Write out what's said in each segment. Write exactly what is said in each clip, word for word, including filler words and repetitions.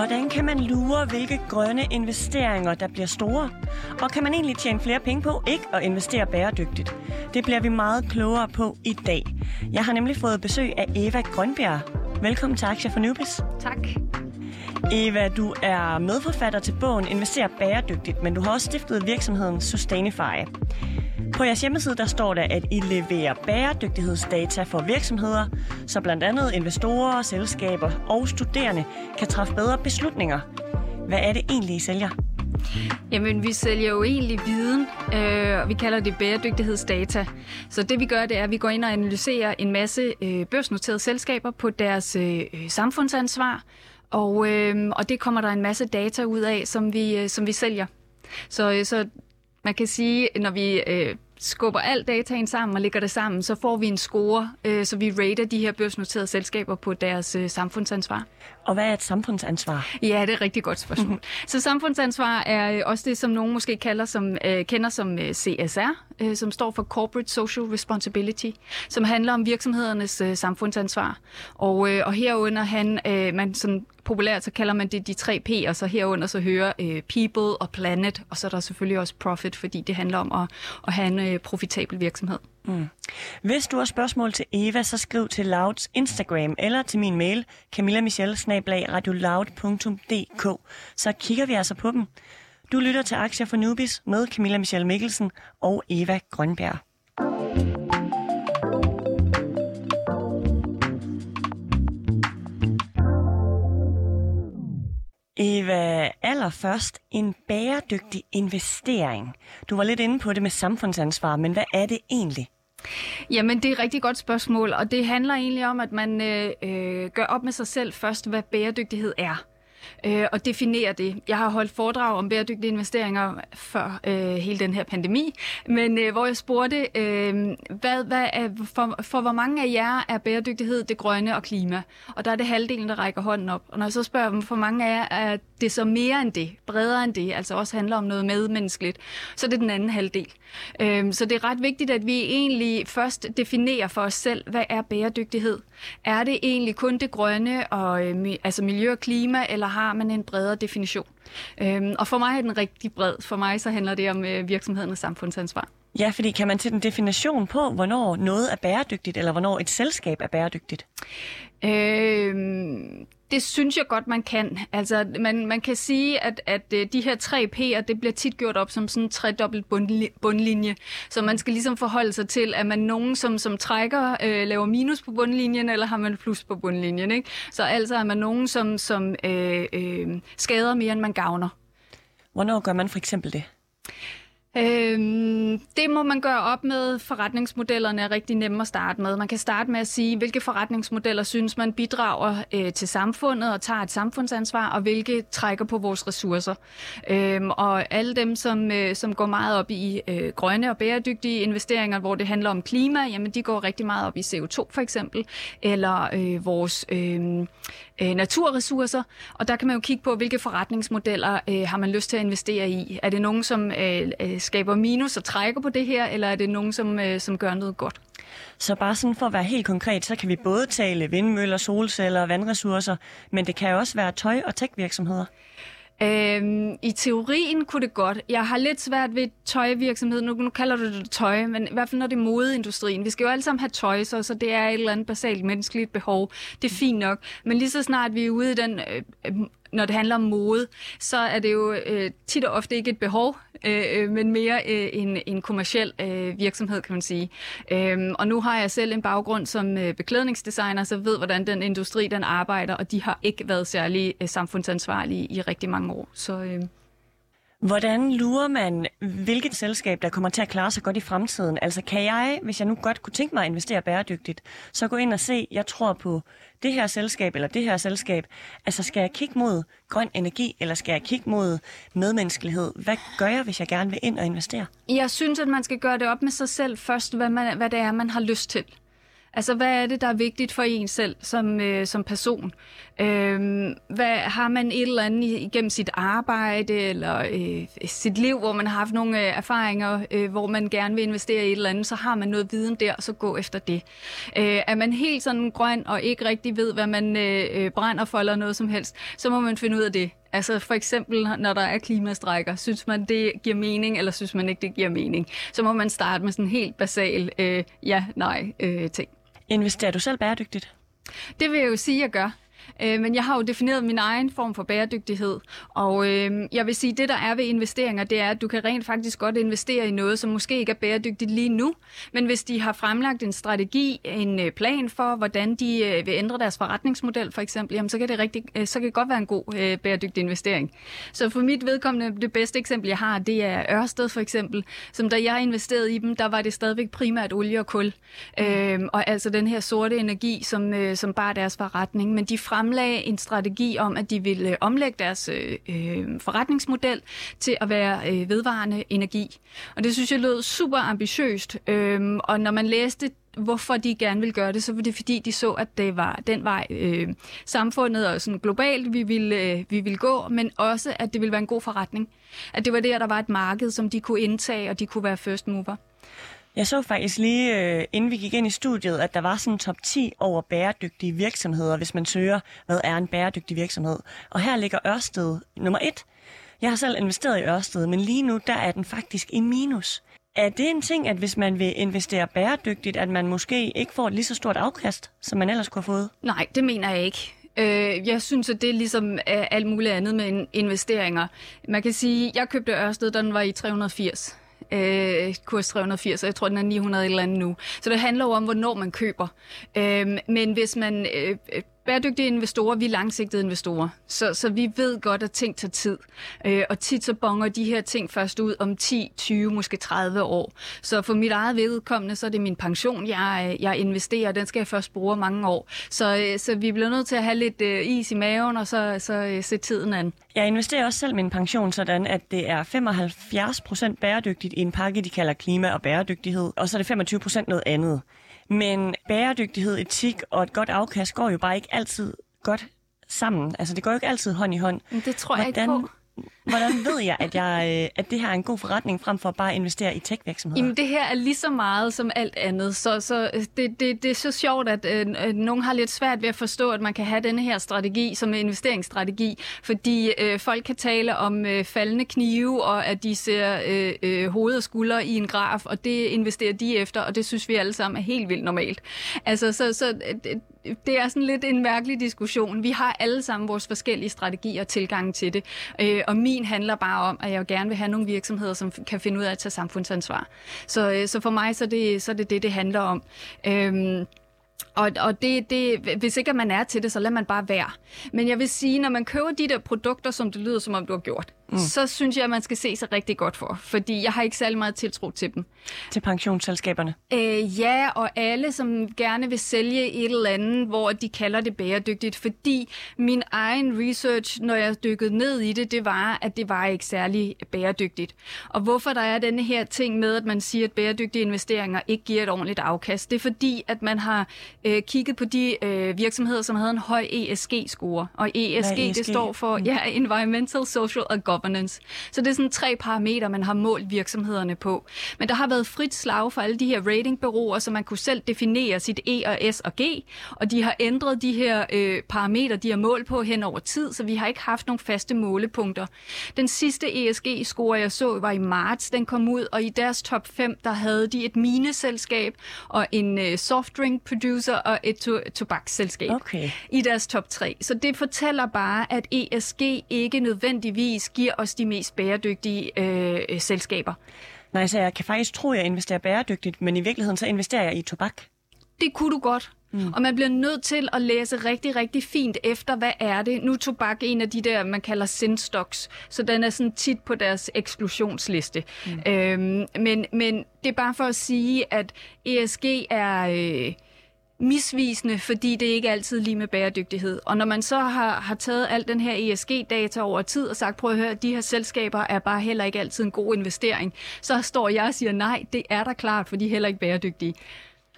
Hvordan kan man lure, hvilke grønne investeringer, der bliver store? Og kan man egentlig tjene flere penge på ikke at investere bæredygtigt? Det bliver vi meget klogere på i dag. Jeg har nemlig fået besøg af Eva Grønbjerg. Velkommen til Aktier for Newbies. Tak. Eva, du er medforfatter til bogen Invester bæredygtigt, men du har også stiftet virksomheden Sustainify. På jeres hjemmeside der står der, at I leverer bæredygtighedsdata for virksomheder, så blandt andet investorer, selskaber og studerende kan træffe bedre beslutninger. Hvad er det egentlig, I sælger? Jamen, vi sælger jo egentlig viden, øh, og vi kalder det bæredygtighedsdata. Så det vi gør, det er, at vi går ind og analyserer en masse øh, børsnoterede selskaber på deres øh, samfundsansvar, og, øh, og det kommer der en masse data ud af, som vi, øh, som vi sælger. Så, øh, så man kan sige, når vi øh, skubber al dataen sammen og lægger det sammen, så får vi en score, øh, så vi rater de her børsnoterede selskaber på deres øh, samfundsansvar. Og hvad er et samfundsansvar? Ja, det er et rigtig godt spørgsmål. Mm-hmm. Så samfundsansvar er øh, også det, som nogen måske kalder som, øh, kender som øh, C S R, øh, som står for Corporate Social Responsibility, som handler om virksomhedernes øh, samfundsansvar. Og, øh, og herunder, han, øh, man sådan populært, så kalder man det de tre P, og så herunder så hører øh, people og planet, og så er der selvfølgelig også profit, fordi det handler om at, at have en øh, profitabel virksomhed. Mm. Hvis du har spørgsmål til Eva, så skriv til Louds Instagram eller til min mail camilla michelle bindestreg radioloud punktum d k. Så kigger vi altså på dem. Du lytter til Aktier for Newbies med Camilla Michelle Mikkelsen og Eva Grønbjerg. Eva, allerførst en bæredygtig investering. Du var lidt inde på det med samfundsansvar, men hvad er det egentlig? Jamen, det er et rigtig godt spørgsmål, og det handler egentlig om, at man øh, øh, gør op med sig selv først, hvad bæredygtighed er. Øh, og definere det. Jeg har holdt foredrag om bæredygtige investeringer før øh, hele den her pandemi, men øh, hvor jeg spurgte, øh, hvad, hvad er, for, for hvor mange af jer er bæredygtighed det grønne og klima? Og der er det halvdelen, der rækker hånden op. Og når jeg så spørger dem, for mange af jer er det så mere end det, bredere end det, altså også handler om noget medmenneskeligt, så er det den anden halvdel. Øh, så det er ret vigtigt, at vi egentlig først definerer for os selv, hvad er bæredygtighed? Er det egentlig kun det grønne, og, øh, altså miljø og klima, eller har man en bredere definition? Øhm, og for mig er den rigtig bred. For mig så handler det om øh, virksomhedens samfundsansvar. Ja, fordi kan man sætte en definition på, hvornår noget er bæredygtigt, eller hvornår et selskab er bæredygtigt? Øhm, det synes jeg godt, man kan. Altså, man, man kan sige, at, at de her tre P'er, det bliver tit gjort op som sådan en tredobbelt bundlinje. Så man skal ligesom forholde sig til, at man nogen, som, som trækker, øh, laver minus på bundlinjen, eller har man plus på bundlinjen, ikke? Så altså er man nogen, som, som øh, øh, skader mere, end man gavner. Hvornår gør man for eksempel det? Øhm, det må man gøre op med. Forretningsmodellerne er rigtig nemme at starte med. Man kan starte med at sige, hvilke forretningsmodeller synes man bidrager øh, til samfundet og tager et samfundsansvar, og hvilke trækker på vores ressourcer. Øhm, og alle dem, som, øh, som går meget op i øh, grønne og bæredygtige investeringer, hvor det handler om klima, jamen de går rigtig meget op i C O to for eksempel, eller øh, vores øh, øh, naturressourcer. Og der kan man jo kigge på, hvilke forretningsmodeller øh, har man lyst til at investere i. Er det nogen, som øh, skaber minus og trækker på det her, eller er det nogen, som, øh, som gør noget godt? Så bare sådan for at være helt konkret, så kan vi både tale vindmøller, solceller og vandressourcer, men det kan jo også være tøj- og tech-virksomheder. Øhm, I teorien kunne det godt. Jeg har lidt svært ved tøjvirksomhed. Nu, nu kalder du det tøj, men i hvert fald når det er modeindustrien. Vi skal jo alle sammen have tøj, så, så det er et eller andet basalt menneskeligt behov. Det er fint nok. Men lige så snart vi er ude i den, øh, når det handler om mode, så er det jo øh, tit og ofte ikke et behov, øh, men mere øh, en, en kommerciel øh, virksomhed, kan man sige. Øhm, og nu har jeg selv en baggrund som øh, beklædningsdesigner, så ved, hvordan den industri den arbejder, og de har ikke været særlig øh, samfundsansvarlige i rigtig mange år. Så, øh. Hvordan lurer man, hvilket selskab, der kommer til at klare sig godt i fremtiden? Altså kan jeg, hvis jeg nu godt kunne tænke mig at investere bæredygtigt, så gå ind og se, jeg tror på det her selskab eller det her selskab. Altså skal jeg kigge mod grøn energi, eller skal jeg kigge mod medmenneskelighed? Hvad gør jeg, hvis jeg gerne vil ind og investere? Jeg synes, at man skal gøre det op med sig selv først, hvad, man, hvad det er, man har lyst til. Altså, hvad er det, der er vigtigt for en selv som, øh, som person? Øhm, hvad, har man et eller andet igennem sit arbejde eller øh, sit liv, hvor man har haft nogle øh, erfaringer, øh, hvor man gerne vil investere i et eller andet, så har man noget viden der, og så gå efter det. Øh, er man helt sådan grøn og ikke rigtig ved, hvad man øh, brænder for eller noget som helst, så må man finde ud af det. Altså for eksempel, når der er klimastrækker, synes man, det giver mening, eller synes man ikke, det giver mening? Så må man starte med sådan en helt basal øh, ja-nej-ting. Investerer du selv bæredygtigt? Det vil jeg jo sige, at jeg gør. Men jeg har jo defineret min egen form for bæredygtighed, og øh, jeg vil sige, at det der er ved investeringer, det er, at du kan rent faktisk godt investere i noget, som måske ikke er bæredygtigt lige nu, men hvis de har fremlagt en strategi, en plan for, hvordan de øh, vil ændre deres forretningsmodel for eksempel, jamen, så, kan det rigtig, øh, så kan det godt være en god øh, bæredygtig investering. Så for mit vedkommende, det bedste eksempel, jeg har, det er Ørsted for eksempel, som da jeg investerede i dem, der var det stadigvæk primært olie og kul, mm. øh, og altså den her sorte energi, som, øh, som bare deres forretning, men de fremlagde en strategi om, at de ville omlægge deres øh, forretningsmodel til at være øh, vedvarende energi. Og det synes jeg lød super ambitiøst. Øhm, og når man læste, hvorfor de gerne ville gøre det, så var det fordi, de så, at det var den vej øh, samfundet og sådan globalt, vi ville, øh, vi ville gå, men også, at det ville være en god forretning. At det var der, der var et marked, som de kunne indtage, og de kunne være first mover. Jeg så faktisk lige, øh, inden vi gik ind i studiet, at der var sådan en top ti over bæredygtige virksomheder, hvis man søger, hvad er en bæredygtig virksomhed. Og her ligger Ørsted nummer et. Jeg har selv investeret i Ørsted, men lige nu der er den faktisk i minus. Er det en ting, at hvis man vil investere bæredygtigt, at man måske ikke får et lige så stort afkast, som man ellers kunne have fået? Nej, det mener jeg ikke. Jeg synes, at det er ligesom alt muligt andet med investeringer. Man kan sige, at jeg købte Ørsted, da den var i tre hundrede og firs. Øh, kurs tre hundrede og firs, og jeg tror, den er ni hundrede eller andet nu. Så det handler jo om, hvornår man køber. Øh, men hvis man... Øh, Bæredygtige investorer, vi er langsigtede investorer, så, så vi ved godt, at ting tager tid. Øh, og tit så bonger de her ting først ud om ti, tyve, måske tredive år. Så for mit eget vedkommende, så er det min pension, jeg, jeg investerer, den skal jeg først bruge mange år. Så, så vi bliver nødt til at have lidt øh, is i maven, og så, så øh, se tiden an. Jeg investerer også selv min pension sådan, at det er femoghalvfjerds procent bæredygtigt i en pakke, de kalder klima og bæredygtighed, og så er det femogtyve procent noget andet. Men bæredygtighed, etik og et godt afkast går jo bare ikke altid godt sammen. Altså, det går jo ikke altid hånd i hånd. Det tror jeg hvordan, ikke på. Hvordan ved jeg, at, jeg, at det her er en god forretning, frem for at bare investere i tech-virksomheder? Jamen, det her er lige så meget som alt andet. Så, så det, det, det er så sjovt, at øh, nogen har lidt svært ved at forstå, at man kan have denne her strategi som en investeringsstrategi. Fordi øh, folk kan tale om øh, faldende knive, og at de ser øh, øh, hoved og skuldre i en graf, og det investerer de efter, og det synes vi alle sammen er helt vildt normalt. Altså, så... så det, Det er sådan lidt en mærkelig diskussion. Vi har alle sammen vores forskellige strategier og tilgange til det. Øh, og min handler bare om, at jeg gerne vil have nogle virksomheder, som kan finde ud af at tage samfundsansvar. Så, øh, så for mig så er det, så er det det, det handler om. Øhm, Og, og det, det, hvis ikke man er til det, så lad man bare være. Men jeg vil sige, når man køber de der produkter, som det lyder, som om du har gjort, mm. så synes jeg, at man skal se sig rigtig godt for. Fordi jeg har ikke særlig meget tiltro til dem. Til pensionsselskaberne? Øh, ja, og alle, som gerne vil sælge et eller andet, hvor de kalder det bæredygtigt. Fordi min egen research, når jeg dykkede ned i det, det var, at det var ikke særlig bæredygtigt. Og hvorfor der er denne her ting med, at man siger, at bæredygtige investeringer ikke giver et ordentligt afkast, det er fordi, at man har øh, kigget på de øh, virksomheder, som havde en høj E S G-score. Og E S G, E S G? Det står for mm. ja, Environmental, Social og Governance. Så det er sådan tre parametre, man har målt virksomhederne på. Men der har været frit slag for alle de her ratingbureauer, så man kunne selv definere sit E og S og G, og de har ændret de her øh, parametre, de har målt på hen over tid, så vi har ikke haft nogle faste målepunkter. Den sidste E S G-score, jeg så, var i marts. Den kom ud, og i deres top fem, der havde de et mineselskab og en øh, softdrink producer og et to- tobaksselskab okay. i deres top tre. Så det fortæller bare, at E S G ikke nødvendigvis giver os de mest bæredygtige øh, øh, selskaber. Nej, så jeg kan faktisk tro, at jeg investerer bæredygtigt, men i virkeligheden så investerer jeg i tobak. Det kunne du godt. Mm. Og man bliver nødt til at læse rigtig, rigtig fint efter, hvad er det? Nu er tobak en af de der, man kalder sin stocks, så den er sådan tit på deres eksklusionsliste. Mm. Øhm, men, men det er bare for at sige, at E S G er... Øh, misvisende, fordi det ikke altid lige med bæredygtighed. Og når man så har, har taget al den her E S G-data over tid og sagt, prøv at høre, de her selskaber er bare heller ikke altid en god investering, så står jeg og siger, nej, det er da klart, for de er heller ikke bæredygtige.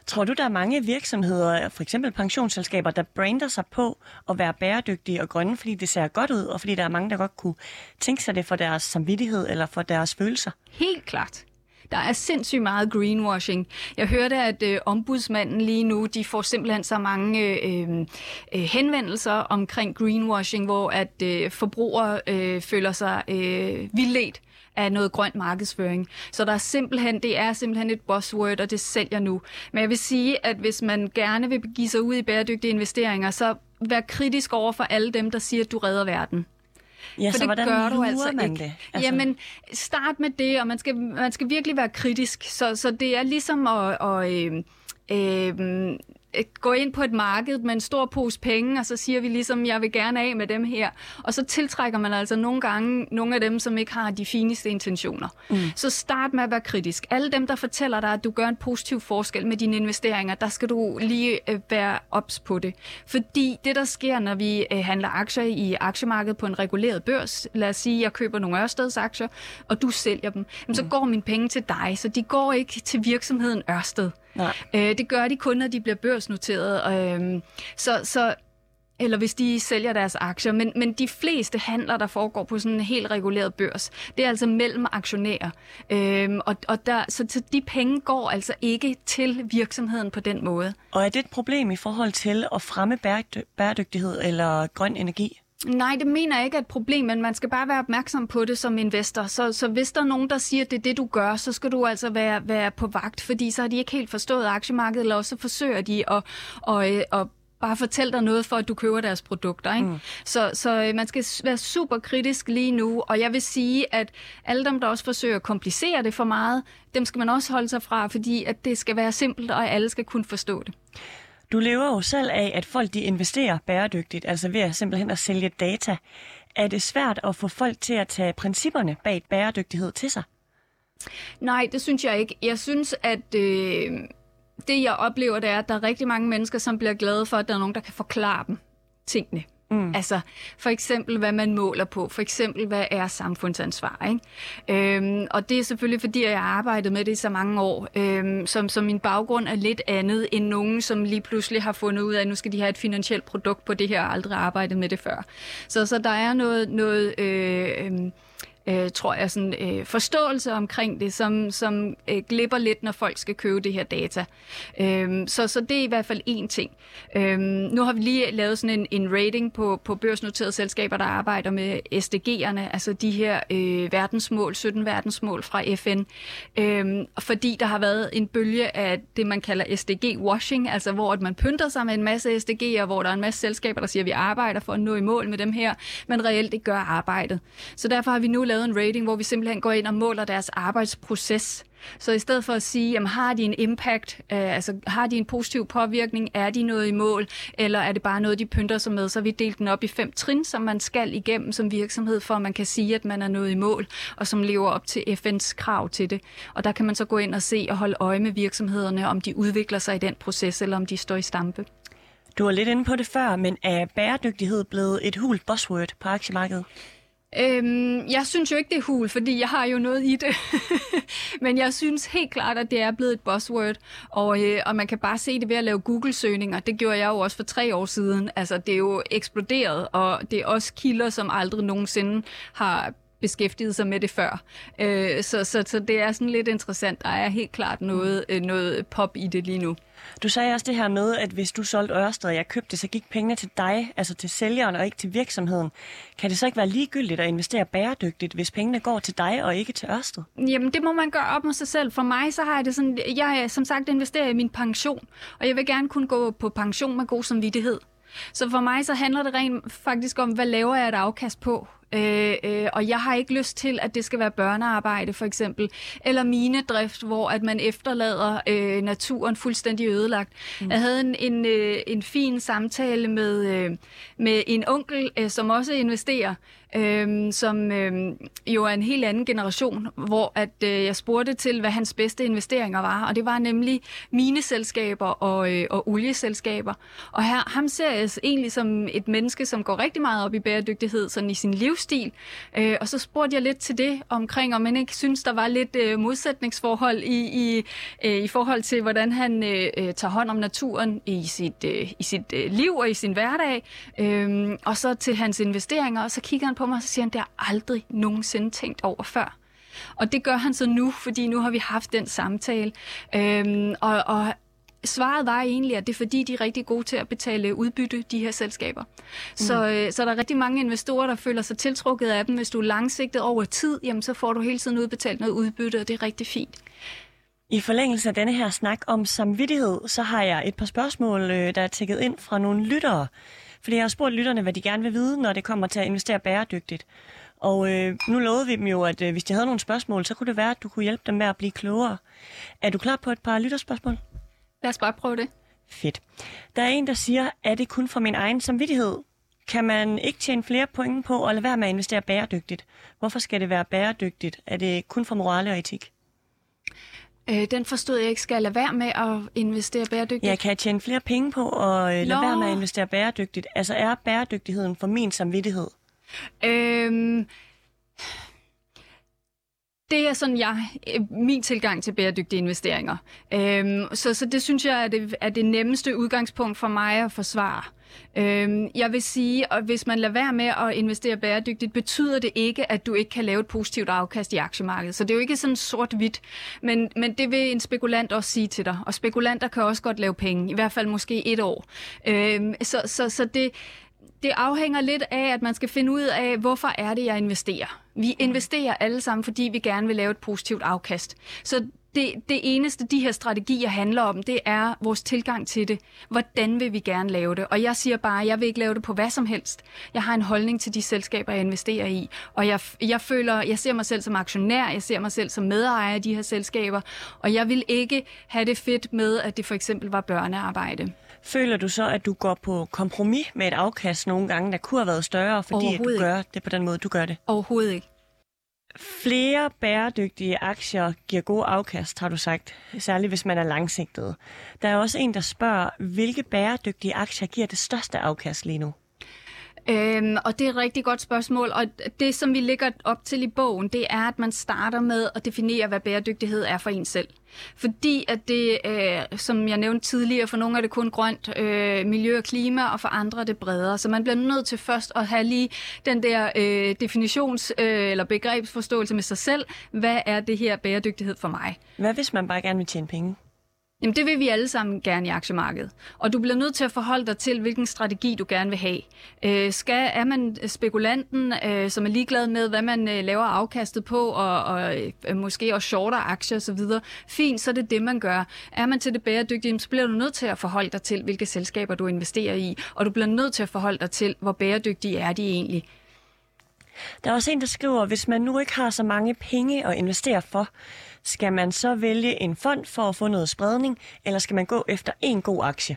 Tror du, der er mange virksomheder, for eksempel pensionsselskaber, der brander sig på at være bæredygtige og grønne, fordi det ser godt ud, og fordi der er mange, der godt kunne tænke sig det for deres samvittighed eller for deres følelser? Helt klart. Der er sindssygt meget greenwashing. Jeg hørte, at øh, ombudsmanden lige nu, de får simpelthen så mange øh, øh, henvendelser omkring greenwashing, hvor at øh, forbrugere øh, føler sig øh, vildledt af noget grøn markedsføring. Så der er simpelthen, det er simpelthen et buzzword, og det sælger nu. Men jeg vil sige, at hvis man gerne vil give sig ud i bæredygtige investeringer, så vær kritisk over for alle dem, der siger, at du redder verden. Ja, for så det hvordan gør du altså man ikke. Det? Altså... Jamen, start med det, og man skal, man skal virkelig være kritisk. Så, så det er ligesom at... at øh, øh, gå ind på et marked med en stor pose penge, og så siger vi ligesom, jeg vil gerne af med dem her. Og så tiltrækker man altså nogle gange nogle af dem, som ikke har de fineste intentioner. Mm. Så start med at være kritisk. Alle dem, der fortæller dig, at du gør en positiv forskel med dine investeringer, der skal du lige øh, være ops på det. Fordi det, der sker, når vi øh, handler aktier i aktiemarkedet på en reguleret børs, lad os sige, jeg køber nogle Ørsteds aktier, og du sælger dem, jamen, så går mine penge til dig, så de går ikke til virksomheden Ørsted. Øh, det gør de kun, når de bliver børsnoteret, øh, så, så, eller hvis de sælger deres aktier. Men, men de fleste handler, der foregår på sådan en helt reguleret børs, det er altså mellem aktionærer. Øh, og, og der, så, så de penge går altså ikke til virksomheden på den måde. Og er det et problem i forhold til at fremme bæredygtighed eller grøn energi? Nej, det mener jeg ikke er et problem, men man skal bare være opmærksom på det som investor. Så, så hvis der er nogen, der siger, at det er det, du gør, så skal du altså være, være på vagt, fordi så har de ikke helt forstået aktiemarkedet, eller også forsøger de at, at, at bare fortælle dig noget for, at du køber deres produkter. Ikke? Mm. Så, så man skal være super kritisk lige nu, og jeg vil sige, at alle dem, der også forsøger at komplicere det for meget, dem skal man også holde sig fra, fordi at det skal være simpelt, og alle skal kunne forstå det. Du lever jo selv af, at folk de investerer bæredygtigt, altså ved at simpelthen at sælge data. Er det svært at få folk til at tage principperne bag bæredygtighed til sig? Nej, det synes jeg ikke. Jeg synes, at øh, det jeg oplever, det er, at der er rigtig mange mennesker, som bliver glade for, at der er nogen, der kan forklare dem tingene. Mm. Altså for eksempel, hvad man måler på. For eksempel, hvad er samfundsansvar? Ikke? Øhm, og det er selvfølgelig, fordi jeg har arbejdet med det i så mange år, øhm, som, som min baggrund er lidt andet end nogen, som lige pludselig har fundet ud af, at nu skal de have et finansielt produkt på det her, og aldrig arbejdet med det før. Så, så der er noget... noget øh, øh, Øh, tror jeg, sådan øh, forståelse omkring det, som, som øh, glipper lidt, når folk skal købe det her data. Øhm, så, så det er i hvert fald én ting. Øhm, nu har vi lige lavet sådan en, en rating på, på børsnoterede selskaber, der arbejder med S D G'erne, altså de her øh, verdensmål, sytten verdensmål fra F N, øhm, fordi der har været en bølge af det, man kalder S D G-washing, altså hvor man pynter sig med en masse S D G'er, hvor der er en masse selskaber, der siger, at vi arbejder for at nå i mål med dem her, men reelt ikke gør arbejdet. Så derfor har vi nu lavet en rating, hvor vi simpelthen går ind og måler deres arbejdsproces. Så i stedet for at sige, jamen, har de en impact, øh, altså har de en positiv påvirkning, er de noget i mål, eller er det bare noget, de pynter sig med, så har vi delt den op i fem trin, som man skal igennem som virksomhed, for at man kan sige, at man er noget i mål, og som lever op til F N's krav til det. Og der kan man så gå ind og se og holde øje med virksomhederne, om de udvikler sig i den proces, eller om de står i stampe. Du var lidt inde på det før, men er bæredygtighed blevet et hult buzzword på aktiemarkedet? Øhm, jeg synes jo ikke, det er hul, fordi jeg har jo noget i det. Men jeg synes helt klart, at det er blevet et buzzword, og, øh, og man kan bare se det ved at lave Google-søgninger. Det gjorde jeg jo også for tre år siden. Altså, det er jo eksploderet, og det er også kilder, som aldrig nogensinde har beskæftiget sig med det før. Øh, så, så, så det er sådan lidt interessant. Der er helt klart noget, øh, noget pop i det lige nu. Du sagde også det her med, at hvis du solgte Ørsted, og jeg købte, så gik pengene til dig, altså til sælgeren og ikke til virksomheden. Kan det så ikke være ligegyldigt at investere bæredygtigt, hvis pengene går til dig og ikke til Ørsted? Jamen, det må man gøre op med sig selv. For mig, så har jeg det sådan, jeg som sagt investerer i min pension, og jeg vil gerne kunne gå på pension med god samvittighed. Så for mig, så handler det rent faktisk om, hvad laver jeg et afkast på? Øh, øh, og jeg har ikke lyst til, at det skal være børnearbejde for eksempel, eller minedrift, hvor at man efterlader øh, naturen fuldstændig ødelagt. Mm. Jeg havde en, en, øh, en fin samtale med, øh, med en onkel, øh, som også investerer, øh, som øh, jo er en helt anden generation, hvor at øh, jeg spurgte til, hvad hans bedste investeringer var, og det var nemlig mineselskaber og, øh, og olieselskaber. Og her, ham ser jeg egentlig som et menneske, som går rigtig meget op i bæredygtighed sådan i sin livsstil, livsstil. Øh, og så spurgte jeg lidt til det omkring, om man ikke synes, der var lidt øh, modsætningsforhold i, i, øh, i forhold til, hvordan han øh, tager hånd om naturen i sit, øh, i sit øh, liv og i sin hverdag. Øh, og så til hans investeringer, og så kigger han på mig, og så siger han, det har aldrig nogensinde tænkt over før. Og det gør han så nu, fordi nu har vi haft den samtale. Øhm, og, og svaret var egentlig, at det er fordi, de er rigtig gode til at betale udbytte, de her selskaber. Mm. Så, øh, så der er rigtig mange investorer, der føler sig tiltrukket af dem. Hvis du er langsigtet over tid, jamen, så får du hele tiden udbetalt noget udbytte, og det er rigtig fint. I forlængelse af denne her snak om samvittighed, så har jeg et par spørgsmål, der er tækket ind fra nogle lyttere. Fordi jeg har spurgt lytterne, hvad de gerne vil vide, når det kommer til at investere bæredygtigt. Og øh, nu lovede vi dem jo, at øh, hvis de havde nogle spørgsmål, så kunne det være, at du kunne hjælpe dem med at blive klogere. Er du klar på et par lytterspørgsmål? Lad os bare prøve det. Fedt. Der er en, der siger, er det kun for min egen samvittighed? Kan man ikke tjene flere point på at lade være med at investere bæredygtigt? Hvorfor skal det være bæredygtigt? Er det kun for morale og etik? Øh, den forstod jeg ikke. Skal jeg lade være med at investere bæredygtigt? Jeg kan tjene flere penge på at øh, lade Nå. være med at investere bæredygtigt. Altså er bæredygtigheden for min samvittighed? Øhm, det er sådan, jeg, min tilgang til bæredygtige investeringer. Øhm, så, så det synes jeg er det, er det nemmeste udgangspunkt for mig at forsvare. Øhm, jeg vil sige, at hvis man lader være med at investere bæredygtigt, betyder det ikke, at du ikke kan lave et positivt afkast i aktiemarkedet. Så det er jo ikke sådan sort-hvidt, men, men det vil en spekulant også sige til dig. Og spekulanter kan også godt lave penge, i hvert fald måske et år. Øhm, så, så, så det... Det afhænger lidt af, at man skal finde ud af, hvorfor er det, jeg investerer. Vi investerer alle sammen, fordi vi gerne vil lave et positivt afkast. Så det, det eneste, de her strategier handler om, det er vores tilgang til det. Hvordan vil vi gerne lave det? Og jeg siger bare, at jeg vil ikke lave det på hvad som helst. Jeg har en holdning til de selskaber, jeg investerer i. Og jeg, jeg føler, jeg ser mig selv som aktionær, jeg ser mig selv som medejer af de her selskaber. Og jeg vil ikke have det fedt med, at det for eksempel var børnearbejde. Føler du så, at du går på kompromis med et afkast nogle gange, der kunne have været større, fordi at du gør det på den måde, du gør det? Overhovedet ikke. Flere bæredygtige aktier giver gode afkast, har du sagt, særligt hvis man er langsigtet. Der er også en, der spørger, hvilke bæredygtige aktier giver det største afkast lige nu? Øhm, og det er et rigtig godt spørgsmål, og det, som vi lægger op til i bogen, det er, at man starter med at definere, hvad bæredygtighed er for en selv. Fordi at det, øh, som jeg nævnte tidligere, for nogle er det kun grønt, øh, miljø og klima, og for andre er det bredere. Så man bliver nødt til først at have lige den der øh, definitions- øh, eller begrebsforståelse med sig selv. Hvad er det her bæredygtighed for mig? Hvad hvis man bare gerne vil tjene penge? Jamen, det vil vi alle sammen gerne i aktiemarkedet. Og du bliver nødt til at forholde dig til, hvilken strategi du gerne vil have. Øh, skal, er man spekulanten, øh, som er ligeglad med, hvad man øh, laver afkastet på, og, og øh, måske også shorter aktier osv., fint, så er det det, man gør. Er man til det bæredygtige, så bliver du nødt til at forholde dig til, hvilke selskaber du investerer i, og du bliver nødt til at forholde dig til, hvor bæredygtige er de egentlig. Der er også en, der skriver, hvis man nu ikke har så mange penge at investere for, skal man så vælge en fond for at få noget spredning, eller skal man gå efter en god aktie?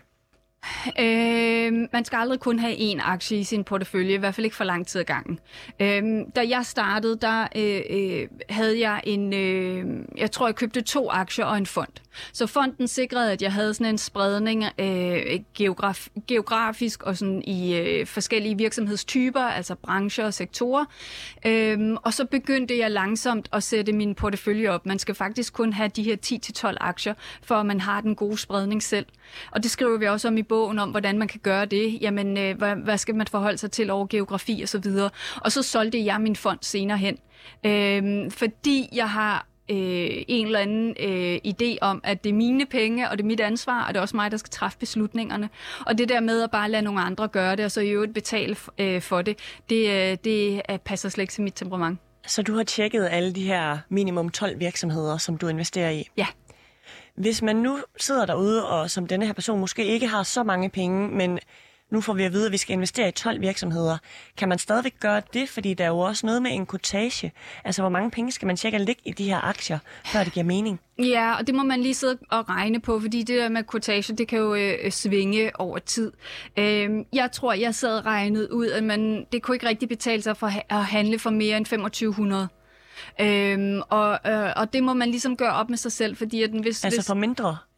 Øh, man skal aldrig kun have én aktie i sin portefølje, i hvert fald ikke for lang tid ad gangen. Øh, da jeg startede, der øh, øh, havde jeg en, øh, jeg tror jeg købte to aktier og en fond. Så fonden sikrede, at jeg havde sådan en spredning øh, geograf, geografisk og sådan i øh, forskellige virksomhedstyper, altså brancher og sektorer. Øh, og så begyndte jeg langsomt at sætte min portefølje op. Man skal faktisk kun have de her ti til tolv aktier, for at man har den gode spredning selv. Og det skriver vi også om i bogen om, hvordan man kan gøre det. Jamen, øh, hvad, hvad skal man forholde sig til over geografi og så videre. Og så solgte jeg min fond senere hen. Øh, fordi jeg har øh, en eller anden øh, idé om, at det er mine penge, og det er mit ansvar, og det er også mig, der skal træffe beslutningerne. Og det der med at bare lade nogle andre gøre det, og så i øvrigt betale øh, for det, det, øh, det øh, passer slet ikke til mit temperament. Så du har tjekket alle de her minimum tolv virksomheder, som du investerer i? Ja. Hvis man nu sidder derude, og som denne her person måske ikke har så mange penge, men nu får vi at vide, at vi skal investere i tolv virksomheder, kan man stadigvæk gøre det? Fordi der er jo også noget med en kortage. Altså, hvor mange penge skal man tjekke at ligge i de her aktier, før det giver mening? Ja, og det må man lige sidde og regne på, fordi det der med kortage, det kan jo øh, svinge over tid. Øh, jeg tror, jeg sad og regnede ud, at man, det kunne ikke rigtig betale sig for at handle for mere end femogtyve hundrede. Øhm, og, øh, og det må man ligesom gøre op med sig selv, fordi at hvis, altså hvis, for mindre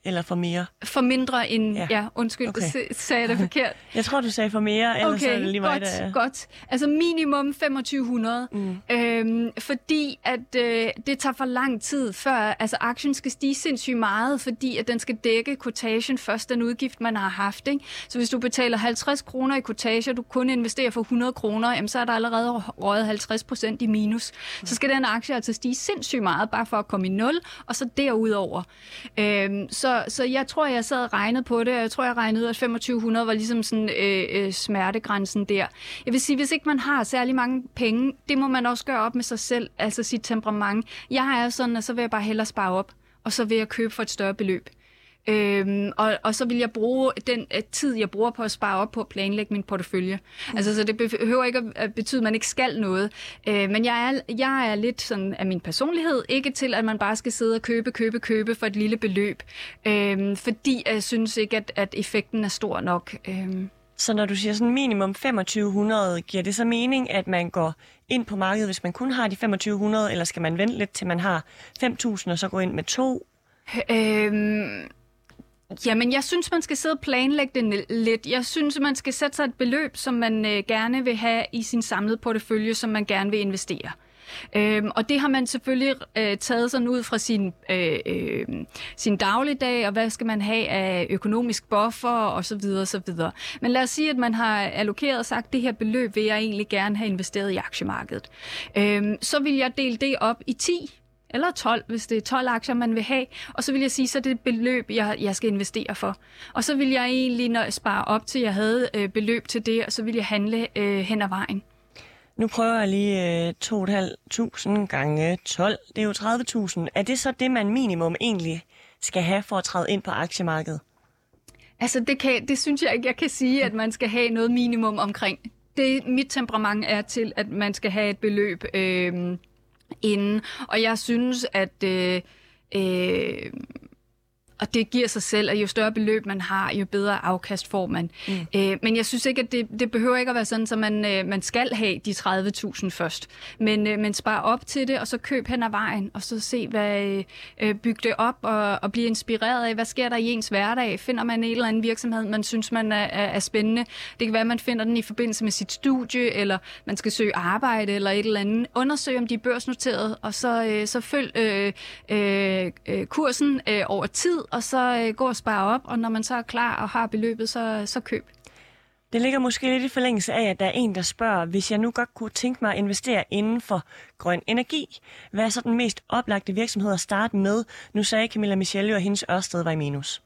eller for mere? For mindre end... Ja, ja undskyld, okay. Sagde jeg det forkert? Jeg tror, du sagde for mere, ellers okay, er det lige mig, godt, der er... godt. Altså minimum femogtyve hundrede, mm. øhm, fordi at øh, det tager for lang tid, før altså, aktien skal stige sindssygt meget, fordi at den skal dække quotation først, den udgift, man har haft. Ikke? Så hvis du betaler halvtreds kroner i quotation, og du kun investerer for hundrede kroner, jamen, så er der allerede røget halvtreds procent i minus. Mm. Så skal den aktie altså stige sindssygt meget, bare for at komme i nul, og så derudover. Øhm, så, så jeg tror, jeg sad og regnede på det, og jeg tror, jeg regnede ud, at femogtyve hundrede var ligesom sådan øh, øh, smertegrænsen der. Jeg vil sige, hvis ikke man har særlig mange penge, det må man også gøre op med sig selv, altså sit temperament. Jeg er sådan, at så vil jeg bare hellere spare op, og så vil jeg købe for et større beløb. Øhm, og, og så vil jeg bruge den uh, tid, jeg bruger på at spare op på at planlægge min portefølje. Mm. Altså, så det behøver ikke at betyde, at man ikke skal noget. Øh, men jeg er, jeg er lidt sådan af min personlighed, ikke til, at man bare skal sidde og købe, købe, købe for et lille beløb. Øh, fordi jeg synes ikke, at, at effekten er stor nok. Øh. Så når du siger sådan minimum femogtyve hundrede, giver det så mening, at man går ind på markedet, hvis man kun har de femogtyve hundrede, eller skal man vente lidt til man har fem tusind og så gå ind med to? Øhm, jamen, jeg synes, man skal sidde og planlægge det lidt. Jeg synes, man skal sætte sig et beløb, som man øh, gerne vil have i sin samlede portefølje, som man gerne vil investere. Øhm, og det har man selvfølgelig øh, taget sådan ud fra sin, øh, øh, sin dagligdag, og hvad skal man have af økonomisk buffer og så videre og så videre. Men lad os sige, at man har allokeret og sagt, at det her beløb vil jeg egentlig gerne have investeret i aktiemarkedet. Øhm, så vil jeg dele det op i ti eller tolv, hvis det er tolv aktier, man vil have. Og så vil jeg sige, så er det et beløb, jeg, jeg skal investere for. Og så vil jeg egentlig når jeg spare op til, jeg havde øh, beløb til det, og så vil jeg handle øh, hen ad vejen. Nu prøver jeg lige øh, to tusind fem hundrede gange tolv. Det er jo tredive tusind. Er det så det, man minimum egentlig skal have for at træde ind på aktiemarkedet? Altså, det, kan, det synes jeg ikke, jeg kan sige, at man skal have noget minimum omkring. Det, mit temperament er til, at man skal have et beløb øh, inden. Og jeg synes, at... Øh, øh, Og det giver sig selv, at jo større beløb man har, jo bedre afkast får man. Mm. Øh, men jeg synes ikke, at det, det behøver ikke at være sådan, så man, øh, man skal have de tredive tusind først. Men, øh, men spar op til det, og så køb hen ad vejen, og så se, hvad øh, bygge det op og, og blive inspireret af, hvad sker der i ens hverdag? Finder man en eller anden virksomhed, man synes, man er, er, er spændende? Det kan være, at man finder den i forbindelse med sit studie, eller man skal søge arbejde, eller et eller andet. Undersøg, om de er børsnoteret, og så, øh, så følg øh, øh, øh, kursen øh, over tid, og så øh, gå og spare op, og når man så er klar og har beløbet, så, så køb. Det ligger måske lidt i forlængelse af, at der er en, der spørger, hvis jeg nu godt kunne tænke mig at investere inden for grøn energi, hvad er så den mest oplagte virksomhed at starte med? Nu sagde Camilla Michelle jo, at hendes Ørsted var i minus.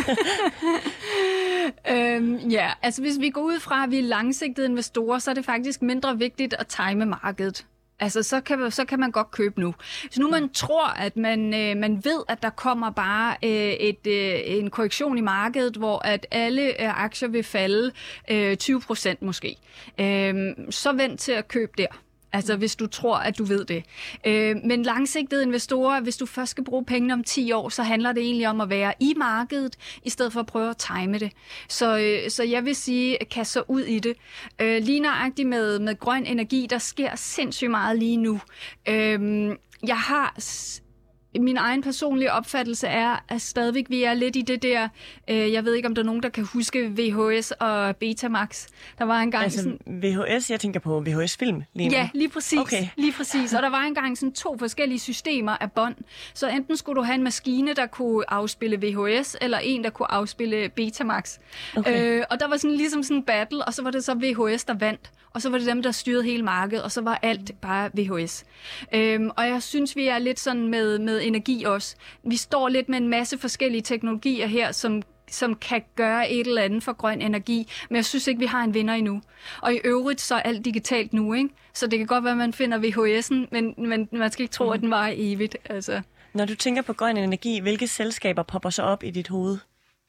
øhm, ja, altså hvis vi går ud fra, at vi er langsigtede investorer, så er det faktisk mindre vigtigt at time markedet. Altså, så kan, så kan man godt købe nu. Så nu man tror, at man, øh, man ved, at der kommer bare øh, et, øh, en korrektion i markedet, hvor at alle øh, aktier vil falde øh, tyve procent måske, øh, så vent til at købe der. Altså, hvis du tror, at du ved det. Øh, men langsigtede investorer, hvis du først skal bruge pengene om ti år, så handler det egentlig om at være i markedet, i stedet for at prøve at time det. Så, øh, så jeg vil sige, kast så ud i det. Øh, lige nøjagtigt med, med grøn energi, der sker sindssygt meget lige nu. Øh, jeg har... Min egen personlige opfattelse er, at stadigvæk vi er lidt i det der, øh, jeg ved ikke, om der er nogen, der kan huske V H S og Betamax. Der var engang altså sådan... V H S, jeg tænker på V H S-film lige nu. Ja, lige præcis. Okay. Lige præcis. Og der var engang sådan to forskellige systemer af bånd. Så enten skulle du have en maskine, der kunne afspille V H S, eller en, der kunne afspille Betamax. Okay. Øh, og der var sådan ligesom sådan en battle, og så var det så V H S, der vandt. Og så var det dem, der styrede hele markedet, og så var alt bare V H S. Øhm, og jeg synes, vi er lidt sådan med, med energi også. Vi står lidt med en masse forskellige teknologier her, som, som kan gøre et eller andet for grøn energi, men jeg synes ikke, vi har en vinder endnu. Og i øvrigt, så er alt digitalt nu, ikke? Så det kan godt være, at man finder V H S'en, men, men man skal ikke tro, mm. at den var evigt. Altså. Når du tænker på grøn energi, hvilke selskaber popper så op i dit hoved?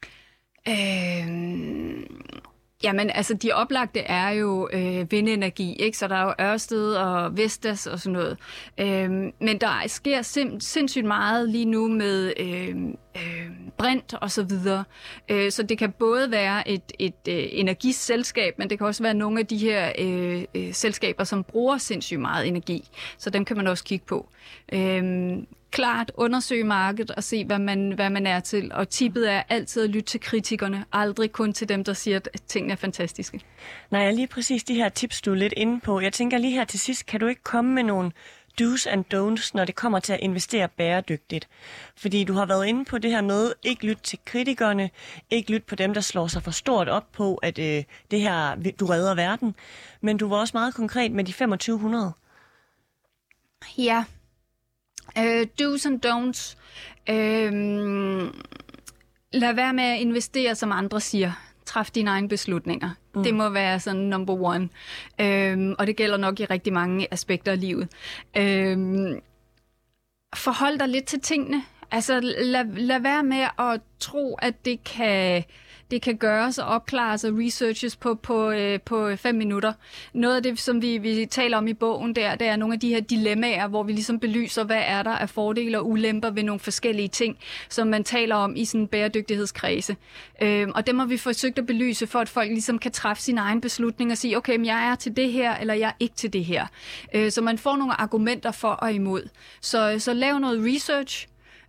Øhm... Jamen, altså, de oplagte er jo øh, vindenergi, ikke? Så der er jo Ørsted og Vestas og sådan noget. Øhm, men der sker sim- sindssygt meget lige nu med øh, øh, brint og så videre. Øh, så det kan både være et, et øh, energiselskab, men det kan også være nogle af de her øh, øh, selskaber, som bruger sindssygt meget energi. Så dem kan man også kigge på. Øh, klart undersøge markedet og se, hvad man, hvad man er til. Og tippet er altid at lytte til kritikerne, aldrig kun til dem, der siger, at tingene er fantastiske. Nej, lige præcis de her tips, du er lidt inde på. Jeg tænker lige her til sidst, kan du ikke komme med nogle do's and don'ts, når det kommer til at investere bæredygtigt? Fordi du har været inde på det her med, ikke lytte til kritikerne, ikke lytte på dem, der slår sig for stort op på, at øh, det her, du redder verden. Men du var også meget konkret med de femogtyve hundrede. Ja. Uh, do's and don'ts. Uh, lad være med at investere, som andre siger. Træf dine egne beslutninger. Mm. Det må være sådan number one. Uh, og det gælder nok i rigtig mange aspekter af livet. Uh, forhold dig lidt til tingene. Altså, lad, lad være med at tro, at det kan... Det kan gøres og opklares og researches på, på, øh, på fem minutter. Noget af det, som vi, vi taler om i bogen, der, det er nogle af de her dilemmaer, hvor vi ligesom belyser, hvad er der af fordele og ulemper ved nogle forskellige ting, som man taler om i sådan en bæredygtighedskredse. Øh, og dem har vi forsøgt at belyse, for at folk ligesom kan træffe sin egen beslutning og sige, okay, men jeg er til det her, eller jeg er ikke til det her. Øh, så man får nogle argumenter for og imod. Så, så lav noget research.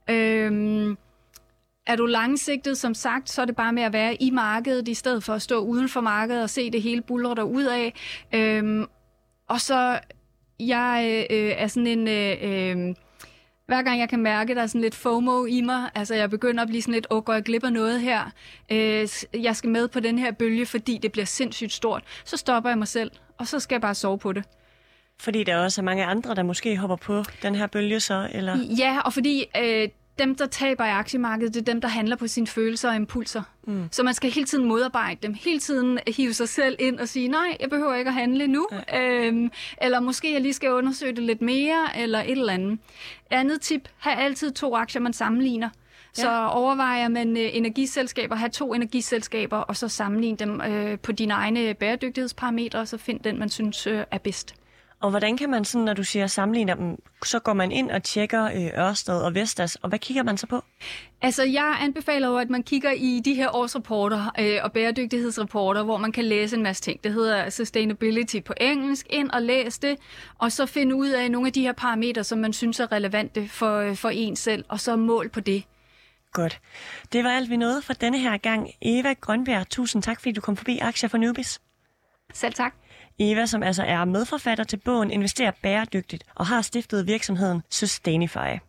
Øh, Er du langsigtet, som sagt, så er det bare med at være i markedet, i stedet for at stå uden for markedet og se det hele buldre derudad. Øhm, og så, jeg øh, er sådan en... Øh, øh, hver gang jeg kan mærke, der er sådan lidt FOMO i mig, altså jeg begynder at blive sådan lidt, åh, går jeg glip af noget her? Øh, jeg skal med på den her bølge, fordi det bliver sindssygt stort. Så stopper jeg mig selv, og så skal jeg bare sove på det. Fordi der også er mange andre, der måske hopper på den her bølge så, eller? Ja, og fordi... Øh, Dem, der taber i aktiemarkedet, det er dem, der handler på sine følelser og impulser. Mm. Så man skal hele tiden modarbejde dem. Hele tiden hive sig selv ind og sige, nej, jeg behøver ikke at handle nu. Ja. Øhm, eller måske jeg lige skal undersøge det lidt mere, eller et eller andet. Andet tip, have altid to aktier, man sammenligner. Ja. Så overvejer man øh, energiselskaber, have to energiselskaber, og så sammenligne dem øh, på dine egne bæredygtighedsparametre, og så find den, man synes øh, er bedst. Og hvordan kan man sådan, når du siger sammenligner dem, så går man ind og tjekker øh, Ørsted og Vestas, og hvad kigger man så på? Altså, jeg anbefaler jo, at man kigger i de her årsrapporter øh, og bæredygtighedsrapporter, hvor man kan læse en masse ting. Det hedder Sustainability på engelsk. Ind og læs det, og så finde ud af nogle af de her parametre, som man synes er relevante for, for en selv, og så mål på det. Godt. Det var alt, vi nåede for denne her gang. Eva Grønbjerg, tusind tak, fordi du kom forbi Aktier for Newbies. Selv tak. Eva, som altså er medforfatter til bogen Invester bæredygtigt og har stiftet virksomheden Sustainify.